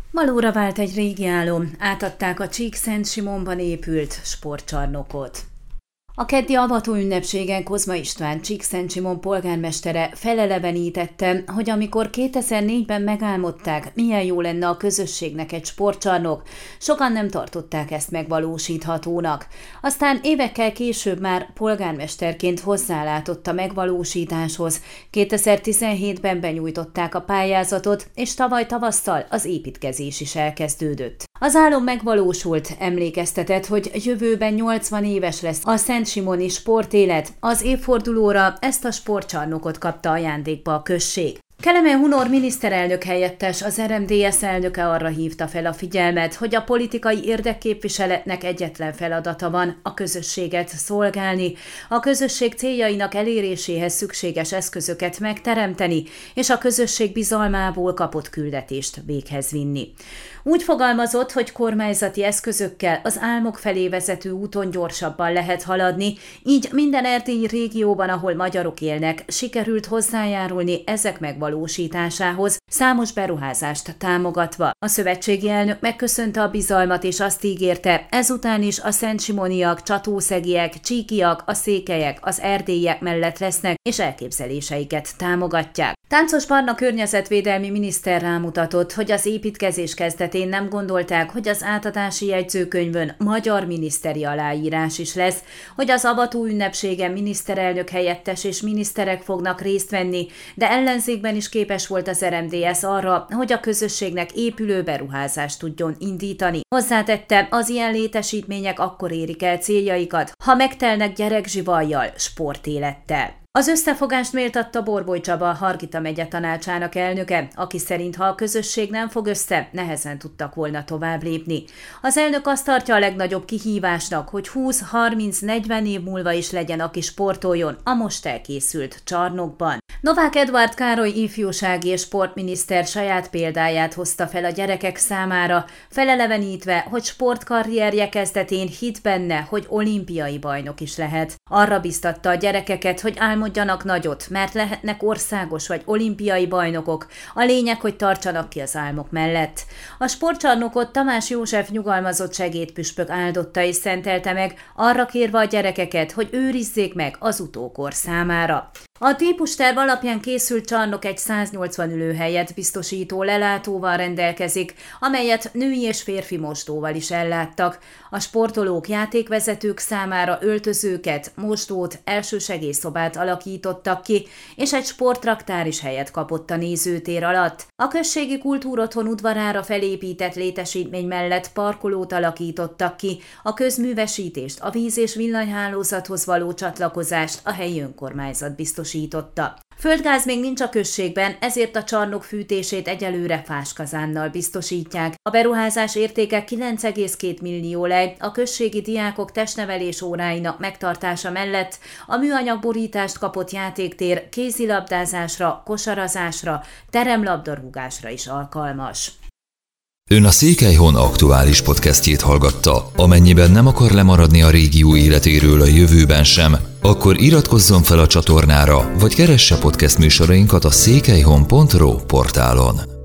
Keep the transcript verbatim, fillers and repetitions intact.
Valóra vált egy régi álom, átadták a Csíkszentsimonban épült sportcsarnokot. A keddi avató ünnepségen Kozma István, Csíkszentsimon polgármestere felelevenítette, hogy amikor kétezer-négyben megálmodták, milyen jó lenne a közösségnek egy sportcsarnok, sokan nem tartották ezt megvalósíthatónak. Aztán évekkel később már polgármesterként hozzálátott a megvalósításhoz. kétezer-tizenhétben benyújtották a pályázatot, és tavaly tavasszal az építkezés is elkezdődött. Az álom megvalósult, emlékeztetett, hogy jövőben nyolcvan éves lesz a szentsimoni sportélet. Az évfordulóra ezt a sportcsarnokot kapta ajándékba a község. Kelemen Hunor miniszterelnök helyettes, az er em dé es elnöke arra hívta fel a figyelmet, hogy a politikai érdekképviseletnek egyetlen feladata van, a közösséget szolgálni, a közösség céljainak eléréséhez szükséges eszközöket megteremteni, és a közösség bizalmából kapott küldetést véghez vinni. Úgy fogalmazott, hogy kormányzati eszközökkel az álmok felé vezető úton gyorsabban lehet haladni, így minden erdélyi régióban, ahol magyarok élnek, sikerült hozzájárulni ezek megvalósításához, számos beruházást támogatva. A szövetségi elnök megköszönte a bizalmat, és azt ígérte, ezután is a szentsimoniak, csatószegiek, csíkiak, a székelyek, az erdélyiek mellett lesznek, és elképzeléseiket támogatják. Táncos Barna környezetvédelmi miniszter rámutatott, hogy az építkezés kezdetén nem gondolták, hogy az átadási jegyzőkönyvön magyar miniszteri aláírás is lesz, hogy az avató ünnepségen miniszterelnök helyettes és miniszterek fognak részt venni, de ellenzékben is képes volt az er em dé es arra, hogy a közösségnek épülő beruházást tudjon indítani. Hozzátette, az ilyen létesítmények akkor érik el céljaikat, ha megtelnek gyerekzsivajjal, sportélettel. Az összefogást méltatta Borboly Csaba, Hargita megye tanácsának elnöke, aki szerint, ha a közösség nem fog össze, nehezen tudtak volna tovább lépni. Az elnök azt tartja a legnagyobb kihívásnak, hogy húsz, harminc, negyven év múlva is legyen, aki sportoljon a most elkészült csarnokban. Novák Edvárd Károly ifjúsági és sportminiszter saját példáját hozta fel a gyerekek számára, felelevenítve, hogy sportkarrierje kezdetén hitt benne, hogy olimpiai bajnok is lehet. Arra biztatta a gyerekeket, hogy álmodjanak nagyot, mert lehetnek országos vagy olimpiai bajnokok, a lényeg, hogy tartsanak ki az álmok mellett. A sportcsarnokot Tamás József nyugalmazott segédpüspök áldotta és szentelte meg, arra kérve a gyerekeket, hogy őrizzék meg az utókor számára. A típusterv alapján készült csarnok egy száznyolcvan ülőhelyet biztosító lelátóval rendelkezik, amelyet női és férfi mosdóval is elláttak. A sportolók, játékvezetők számára öltözőket, mosdót, elsősegélyszobát alakítottak ki, és egy sportraktár is helyet kapott a nézőtér alatt. A községi kultúrotthon udvarára felépített létesítmény mellett parkolót alakítottak ki, a közművesítést, a víz- és villanyhálózathoz való csatlakozást a helyi önkormányzat biztosította. Földgáz még nincs a községben, ezért a csarnok fűtését egyelőre fáskazánnal biztosítják. A beruházás értéke kilenc egész két millió lej, a községi diákok testnevelés óráinak megtartása mellett a műanyag borítást kapott játéktér kézilabdázásra, kosarazásra, teremlabdarúgásra is alkalmas. Ön a Székelyhon aktuális podcastjét hallgatta. Amennyiben nem akar lemaradni a régió életéről a jövőben sem, akkor iratkozzon fel a csatornára, vagy keresse podcast műsorainkat a székelyhon pont ro portálon.